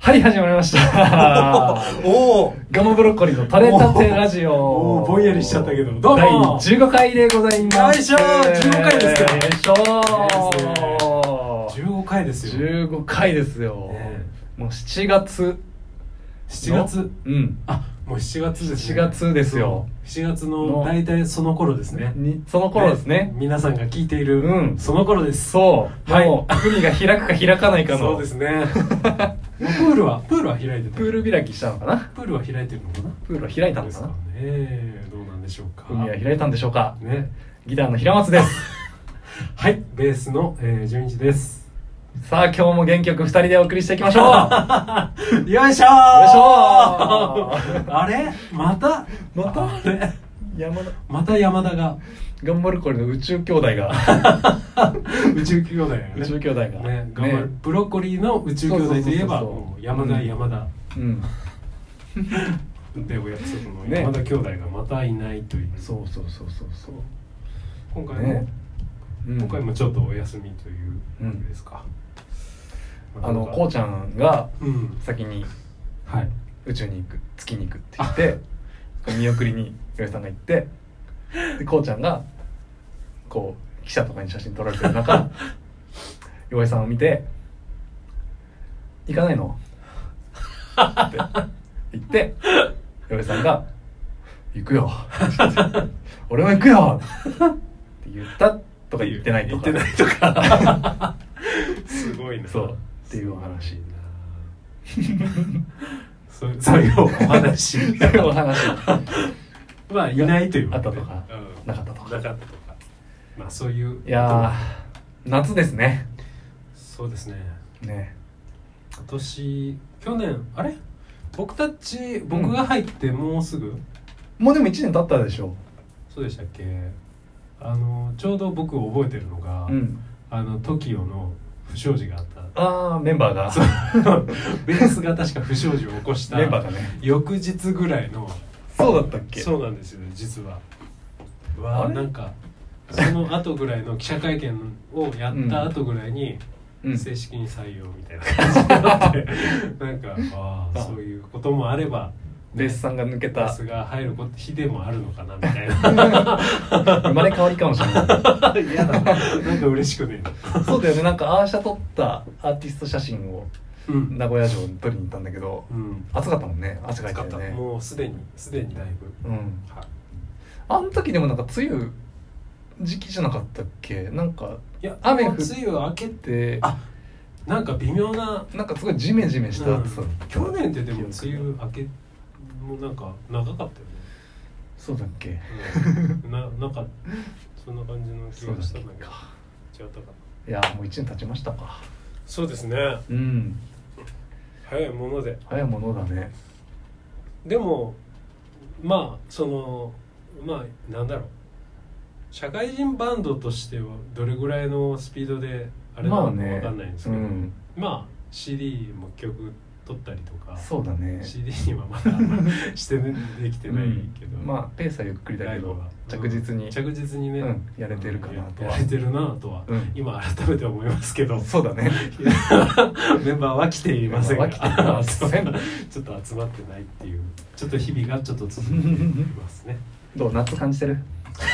はい、始まりましたおーガモブロッコリーのタレタテラジオ。 ぼんやりしちゃったけど、どうも第15回でございます。 よいしょー、15回ですよ。 よいしょー、 15回ですよ。 15回ですよ、 ね、 もう7月うん、 あ、もう7月ですね。7月ですよ。 7月の大体その頃ですね。 その頃ですね。 皆さんが聞いている、その頃です。 そう、 はい、 もう海が開くか開かないかの。 そうですね。プールは開いてた。 プール開きしたのかな。 プールは開いてるのかな。 プールは開いたのかな。 どうなんでしょうか。 海は開いたんでしょうか。 ね。 ギターの平松です。 はい、ベースの純一です。 さあ今日も元気よく2人でお送りしていきましょう。 よいしょー、あれまた山田がガンバルコリの宇宙兄弟が宇宙兄弟がね、ブロッコリーの宇宙兄弟といえば山田、でお約束の山田兄弟がまたいないという、 そう今回もちょっとお休みというわけですか。 こうちゃんが先に宇宙に行く、月に行くって言って見送りによいさんが行って、でこうちゃんがこう記者とかに写真撮られてる中よいさんを見て行かないのって言ってよいさんが行くよ俺も行くよって言ったとか言ってないとかすごいな。 そうっていうお話そういうお話まあいないというあったとかなかったとか、 まあそういう、 いや夏ですね。 そうですね。 ね、 去年僕が入ってもうすぐ、 もうでも1年経ったでしょ。 そうでしたっけ。ちょうど僕覚えてるのが、TOKIO の不祥事があった。 メンバーがベースが確か不祥事を起こしたメンバーがね、 翌日ぐらいの。 そうだったっけ。 そうなんですよね、実は。なんかその後ぐらいの記者会見をやった後ぐらいに、正式に採用みたいな感じになってなんかそういうこともあれば、 ベースさんが抜けた、 ベースが入る日でもあるのかなみたいな生まれ変わりかもしれない嫌だな、なんか嬉しくねえ。 そうだよね、なんかアーシャ撮ったアーティスト写真を名古屋城に撮りに行ったんだけど、暑かったもんね。汗かいてたよね。 もうすでにだいぶ、 あの時でもなんか梅雨時期じゃなかったっけ。なんか雨降って梅雨明けて、なんか微妙な、 なんかすごいジメジメした暑さ、 去年ってでも梅雨明けもなんか長かったよね。 そうだっけ、 なんかそんな感じの気がしたんだけど、違ったかな。いやもう1年経ちましたか。 そうですね。早いものだね。でもなんだろう、社会人バンドとしてはどれぐらいのスピードであれなのか分かんないんですけど、CD も曲撮ったりとか。そうだね。 CD にはまだしてできてないけど、 ペースはゆっくりだけど着実にね、やれてるかなとは、 やれてるなとは、今改めて思いますけど。 そうだね。 メンバーは来ていませんが、ちょっと集まってないっていう、ちょっと日々がちょっと続いていますね。 どう、夏感じてる？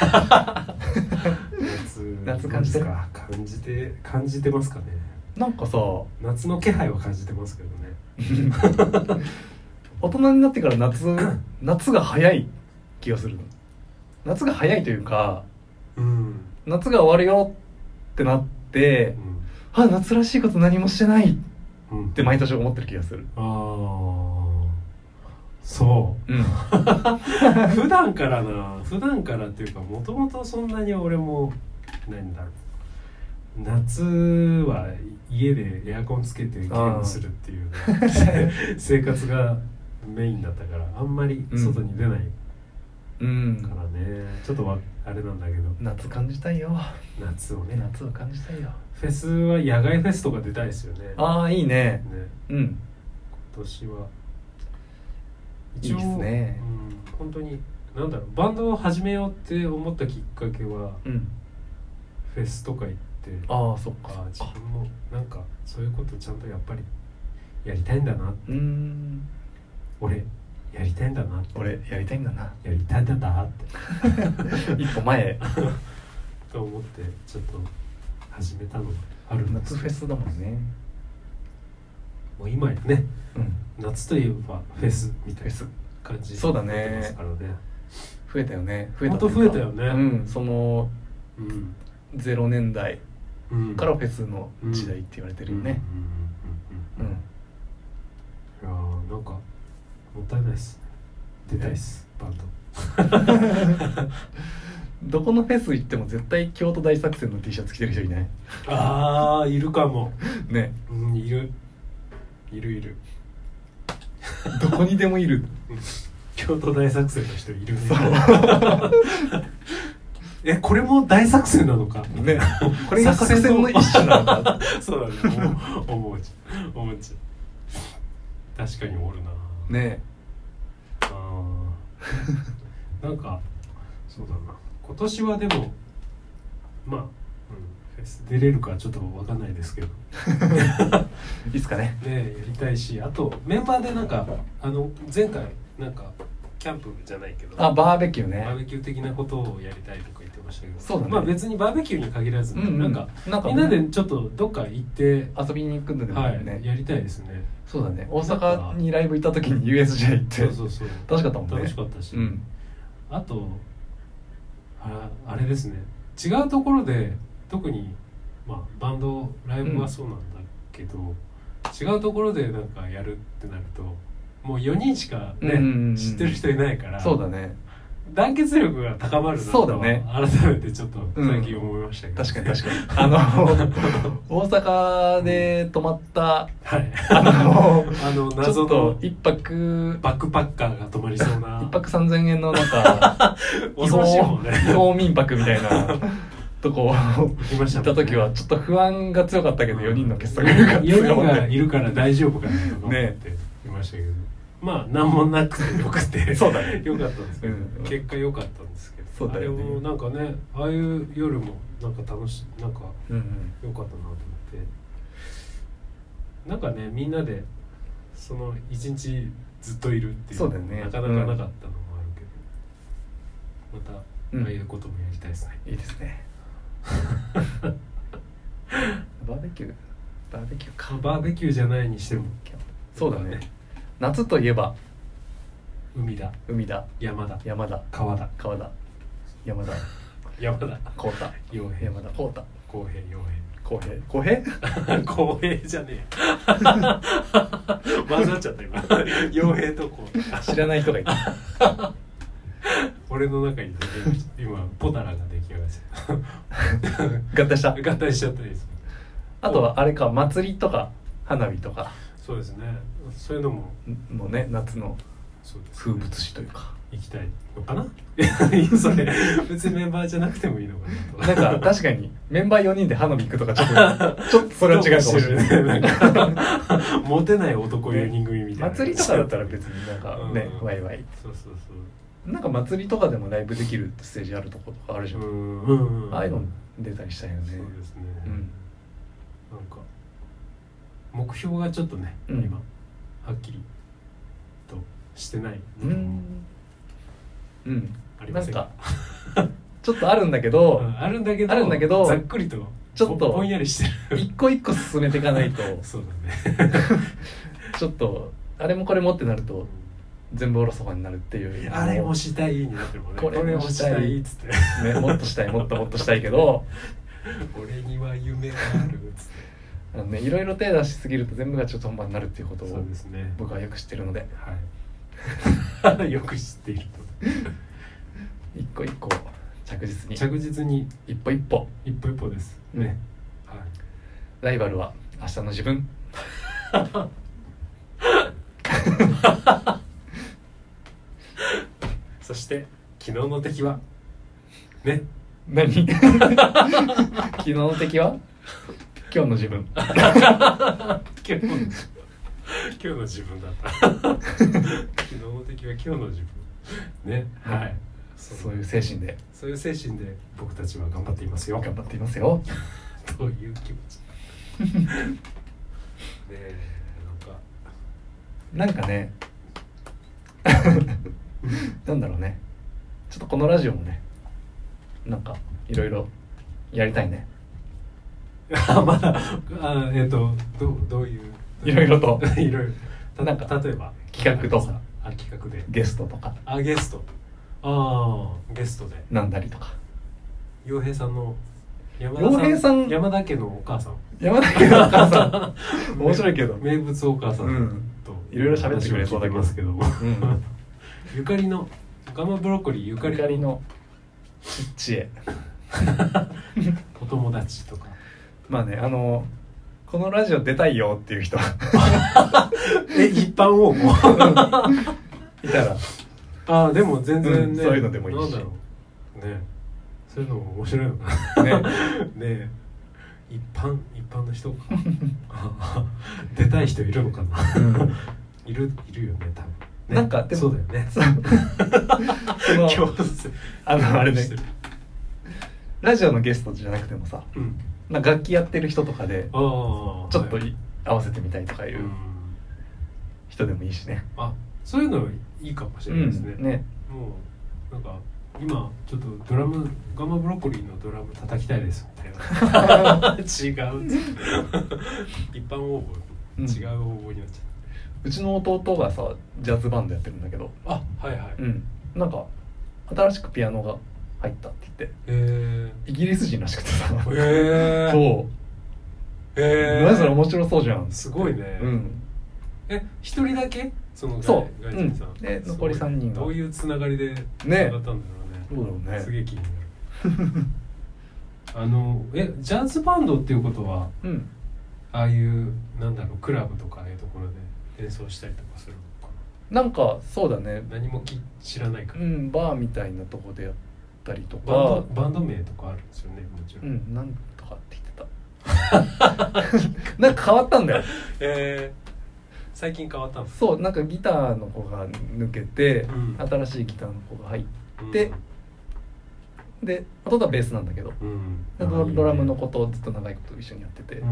夏感じてる？ 感じてますかね。 なんかさ、 夏の気配は感じてますけどね。 大人になってから夏が早い気がする。夏が早いというか、夏が終わるよってなって、夏らしいこと何もしてないって毎年思ってる気がする。 そう、普段からっていうか、もともとそんなに俺も夏は家でエアコンつけてゲームするっていう、生活がメインだったから、あんまり外に出ないからね、ちょっとあれなんだけど、 夏感じたいよ。 夏を感じたいよ。 フェスは野外フェスとか出たいですよね。 いいね。 今年は一応いいですね。本当にバンドを始めようって思ったきっかけは、フェスとか行って、 そっか、 自分もなんかそういうことちゃんとやっぱりやりたいんだな、俺やりたいんだな、 俺やりたいんだな、 やりたいんだなって一歩前と思ってちょっと始めたのがあるんです。 夏フェスだもんね。 もう今やね、夏といえばフェスみたいな感じそうだね。 になってますからね。 増えたよね。 本当増えたよね。 その、0年代からフェスの時代って言われてるよね。 いやなんかもったいないです。出たいです、バンド。 どこのフェス行っても絶対京都大作戦の T シャツ着てる人いない？ ああ、いるかもね。 いるどこにでもいる。 京都大作戦の人いるね。これも大作戦なのかね。これが作戦の一種なのか。 そうだね。思うち確かにおるな。 ね。 なんかそうだな。今年はでもまあ、フェス出れるかちょっと分かんないですけどいいっすかね。 やりたいし、あとメンバーでなんか前回なんかキャンプじゃないけどバーベキューね。 バーベキュー的なことをやりたいとか言ってましたけど、 そうだね。 まあ別にバーベキューに限らず、なんかみんなでちょっとどっか行って遊びに行くんだけどね、 やりたいですね。 そうだね。大阪にライブ行った時に USJ 行って、 そう楽しかったもんね。 楽しかったし、あとあれですね、違うところで特にまあバンドライブはそうなんだけど、違うところでなんかやるってなるともう4人しかね、知ってる人いないから、 そうだね、 団結力が高まるなとは改めてちょっと最近思いましたけど、 確かに大阪で泊まった、 謎の一泊バックパッカーが泊まりそうな一泊3000円のなんか恐ろしいもんね、 違法民泊みたいなとこ行った時はちょっと不安が強かったけど、4人の結束力が強 4人がいるから大丈夫かなとか思っていましたけど、まあ何もなくてよくてそうだね、 よかったんですけど、結果良かったんですけど、 そうだよね、 あれもなんかね、ああいう夜もなんか楽しい、なんか良かったなと思って、なんかね、みんなでその一日ずっといるっていうのもなかなかなかったのもあるけど、またああいうこともやりたいですね。 いいですね。バーベキューか。 バーベキューじゃないにしても、 そうだね。夏といえば海だ、山だ、川だ、 山田、浩太、 陽平、 山田、浩太、 公平、陽平、公平公平じゃねえ混ざっちゃった今陽平と公平知らない人がいた俺の中に今ポタラが出来上がって合体しちゃったりです。 あとはあれか、祭りとか花火とか、 そうですね、そういうのもね、夏の風物詩というか行きたいのかなそれ別にメンバーじゃなくてもいいのかなと。 なんか確かにメンバー4人で花火行くとかちょっとそれは違うかもしれないね。モテない男4人組みたいな、 祭りとかだったら別になんかね、ワイワイ、なんか祭りとかでもライブできるステージあるとことかあるじゃん、ああいうの出たりしたいよね。 そうですね、なんか目標がちょっとね、今はっきりとしてない部分もありませんか。 ちょっとあるんだけど、 あるんだけどざっくりとちょっとぼんやりしてる。 一個一個進めていかないとそうだねちょっとあれもこれもってなると全部おろそかになるっていう。 あれもしたいになってるもんね。 これもしたいっつってね、もっとしたい、もっとしたいけど俺には夢があるっつっていろいろ手出しすぎると全部がちょっと本番になるっていうことを僕はよく知ってるので、 はい、よく知っていると一個一個着実に一歩一歩ですね、はい、 ライバルは明日の自分そして昨日の敵はね、 何昨日の敵は今日の自分今日の自分だった昨日の敵は今日の自分ね、はい、 そういう精神で僕たちは頑張っていますよという気持ちで、なんかなんかねなんだろうね、ちょっとこのラジオもねなんかいろいろやりたいね。 まだどういういろいろといろいろなんか例えば企画とか企画でゲストとかゲストゲストでなんだりとか、 洋平さんの山田家のお母さん山田家のお母さん面白いけど名物お母さんといろいろ喋ってくれそうだけどますけども、ゆかりのガマブロッコリーゆかりの知恵お友達とか、 まあね、このラジオ出たいよっていう人一般応募いたらでも全然ね、 そういうのでもいいし、 なんだろうね、そういうのも面白いのかなね一般の人か出たい人いるのかな、いるよね多分ね、 なんかでもそうだよねあれねラジオのゲストじゃなくてもさ、なんか楽器やってる人とかでちょっと合わせてみたいとかいう人でもいいしね。 そういうのいいかもしれないですね。もうなんか今ちょっとドラムガマブロッコリーのドラム叩きたいですみたいな違う一般応募、違う応募になっちゃう。うちの弟がさジャズバンドやってるんだけど、 はいはい、 なんか新しくピアノが入ったって言って、イギリス人らしくてさ、そう、何それ面白そうじゃん。 すごいね。一人だけそのそう、 外人さんで残り3人がどういうつながりでつながったんだろうね。 そうだろうね。 すげえ気になる。ジャズバンドっていうことは、ああいうなんだろうクラブとかああいうところで演奏したりとかするのかな。なんかそうだね。 何も知らないから。 バーみたいなとこでやったりとか。 バンド名とかあるんですよね、もちろん。 なんとかって言ってた。なんか変わったんだよ。 最近変わったんです。 そう、なんかギターの子が抜けて、新しいギターの子が入って、で弟はベースなんだけど、ドラムの子とずっと長いこと一緒にやってて、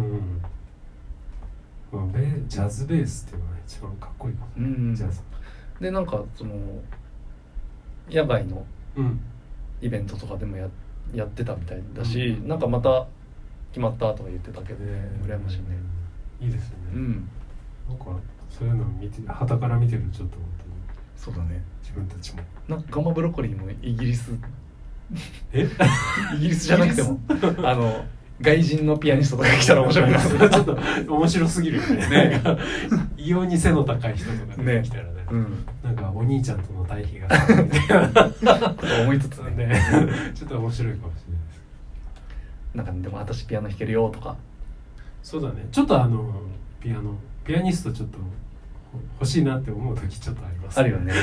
ジャズベースっていうのが一番かっこいいかも、ジャズでなんかその野外のイベントとかでもやってたみたいだし、なんかまた決まったとか言ってたけど、羨ましいね。 いいですよね。なんかそういうのを見て傍から見てるとちょっと本当にそうだね。 自分たちもなんかガマブロッコリーもイギリスイギリスじゃなくても外人のピアニストとか来たら面白いな。 ちょっと面白すぎるよね。異様に背の高い人とかで来たらね、なんかお兄ちゃんとの対比がみたいな思いつつね、 ちょっと面白いかもしれないです。 なんかでも私ピアノ弾けるよとか。 そうだね。ちょっとピアニストちょっと欲しいなって思う時ちょっとあります、 あるよね。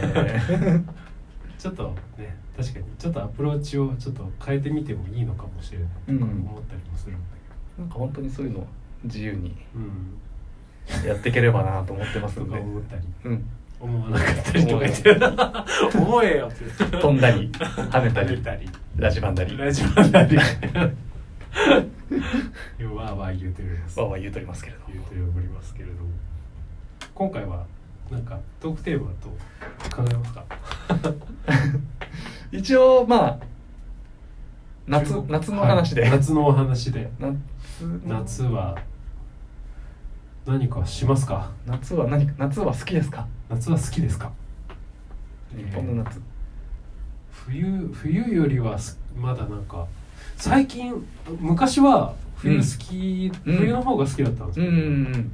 ちょっとね、確かにちょっとアプローチをちょっと変えてみてもいいのかもしれないとか思ったりもするんだけど、 なんか本当にそういうの自由にやっていければなと思ってますんで。 とか思ったり、思わなかったりとか言って思えよって飛んだり跳ねたりラジバンだりわーわー言うてるんです。 わーわー言うとりますけれども、今回はなんかトークテーマと考えますか？ 一応まあ夏の話で、 夏のお話で夏は何かしますか？ 夏は好きですか？ 夏は好きですか？ 日本の夏、 冬よりはまだなんか最近、昔は冬の方が好きだったんですけど、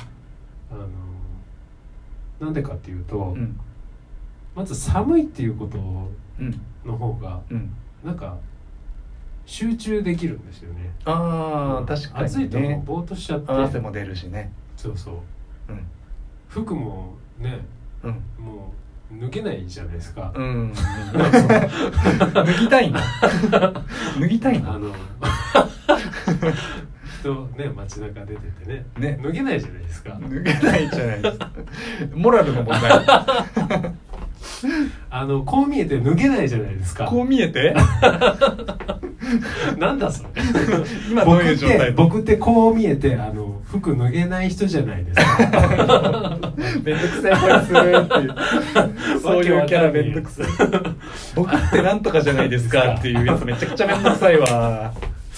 なんでかっていうと、まず寒いっていうことの方がなんか集中できるんですよね。 確かにね。 暑いともうぼーっとしちゃって汗も出るしね。 そう、服もね、もう脱げないじゃないですか。 脱ぎたいの人ね、街中出ててね、脱げないじゃないですか。 脱げないじゃないですか。モラルの問題。 こう見えて脱げないじゃないですか。 こう見えてなんだそれ。 今どういう状態？ 僕ってこう見えて服服脱げない人じゃないですか。 めんどくさい顔するっていうそういうキャラめんどくさい僕ってなんとかじゃないですかっていうやつめちゃくちゃめんどくさいわ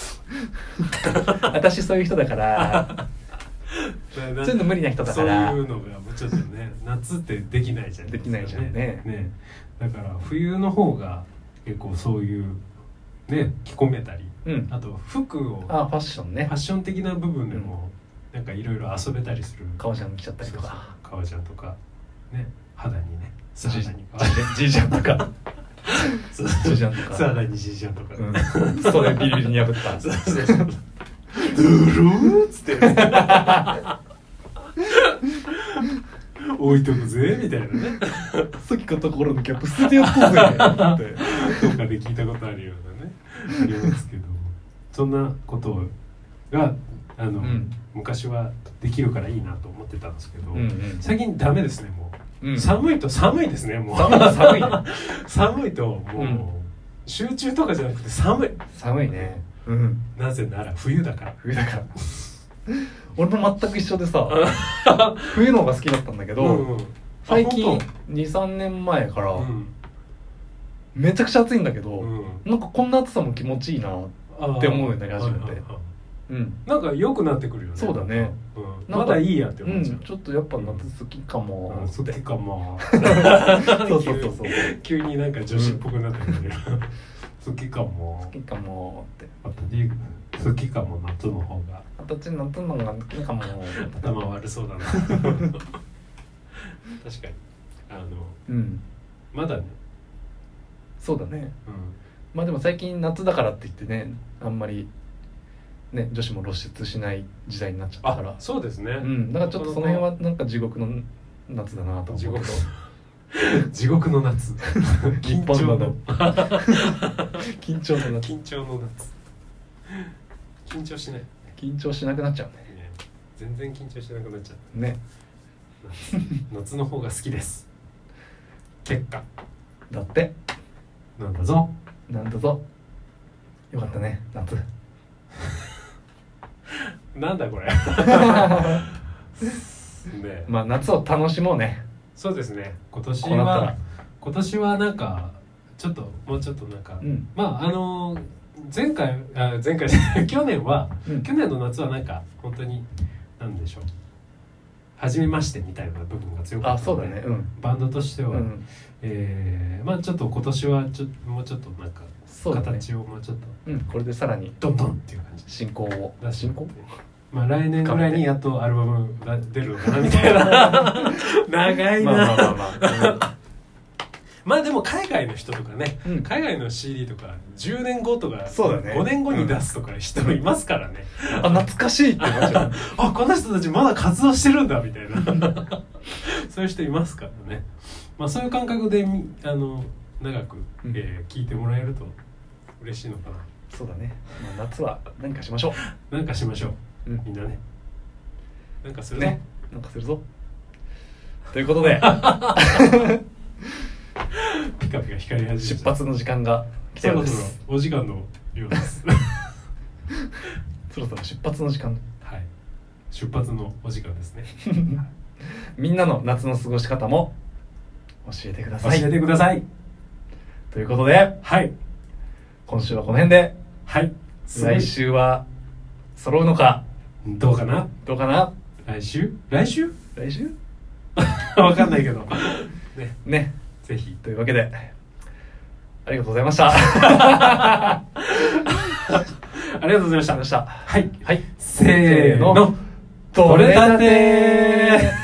私そういう人だからそういうの無理な人だからそういうのがもうちょっとね夏ってできないじゃないですか、ね、 できないじゃん ねだから冬の方が結構そういうね着込めたり、うん、あと服をファッションねファッション的な部分でも、うん、なんかいろいろ遊べたりする革ジャン着ちゃったりとか革ジャンとかね肌にね素肌にジージャンとかジージャンとか素肌にジージャンとか、 うん、それビリビリに破ったそうドゥルーっつって置いとくぜみたいなねさっき買った頃のキャップ捨ててやったぜってどっかで聞いたことあるようなねありますけどそんなことがうん、昔はできるからいいなと思ってたんですけど、うんうん、最近ダメですねもう、うん、寒いと寒いですねもう寒いね寒いともう、うん、集中とかじゃなくて寒いね、うん、 なぜなら冬だから俺も全く一緒でさ冬の方が好きだったんだけど、うんうん、最近 2,3 年前から、うん、めちゃくちゃ暑いんだけど、うん、なんかこんな暑さも気持ちいいなって思うようになり始めて、 うん、なんか良くなってくるよね。 そうだね、 うん、まだいいやって思っちゃう、 ちょっとやっぱ夏好きかも、 うん、好きかもそう急になんか女子っぽくなってくるけど、好きかもってあと好きかも夏の方が私夏の方が好きかも頭悪そうだな確かにうん、まだねそうだね、うん、まあでも最近夏だからって言ってねあんまりね女子も露出しない時代になっちゃったからそうですね、 うん、だからちょっとその辺はなんか地獄の夏だなと思うけど地獄の夏緊張の緊張の夏緊張しない緊張しなくなっちゃう ね全然緊張しなくなっちゃうね夏の方が好きです結果だってなんだぞよかったね夏なんだこれね、 まあ夏を楽しもうねそうですね今年はなんかもうちょっとなんか、うん、まあ前回去年の夏はなんか本当に何でしょう初めましてみたいな部分が強かったので、ねうん、バンドとしては、うんまあちょっと今年はもうちょっとなんか形をもうちょっと、 うん、これでさらにドンドンっていう感じ進行まあ来年ぐらいにやっとアルバムが出るのかなみたいな長いなまあでも海外の人とかね、うん、海外の CD とか10年後とかそうだ、ね、 5年後に出すとか人もいますからね、 あ懐かしいって思っちゃうあこの人たちまだ活動してるんだみたいなそういう人いますからね、まあ、そういう感覚で長く、聞いてもらえると嬉しいのかな。 そうだね、まあ、夏は何かしましょうなんかしましょう、うん、みんなねなんかするぞ、 ね、なんかするぞということでピカピカ光り始め出発の時間が来たようです。 そろそろお時間のようですそろそろ出発の時間、 はい、出発のお時間ですねみんなの夏の過ごし方も教えてくださいということで、 はい、 今週はこの辺で、 はい、 来週は揃うのかどうかな来週わかんないけどねぜひというわけでありがとうございましたありがとうございました。 はい、 せーの、 取れたて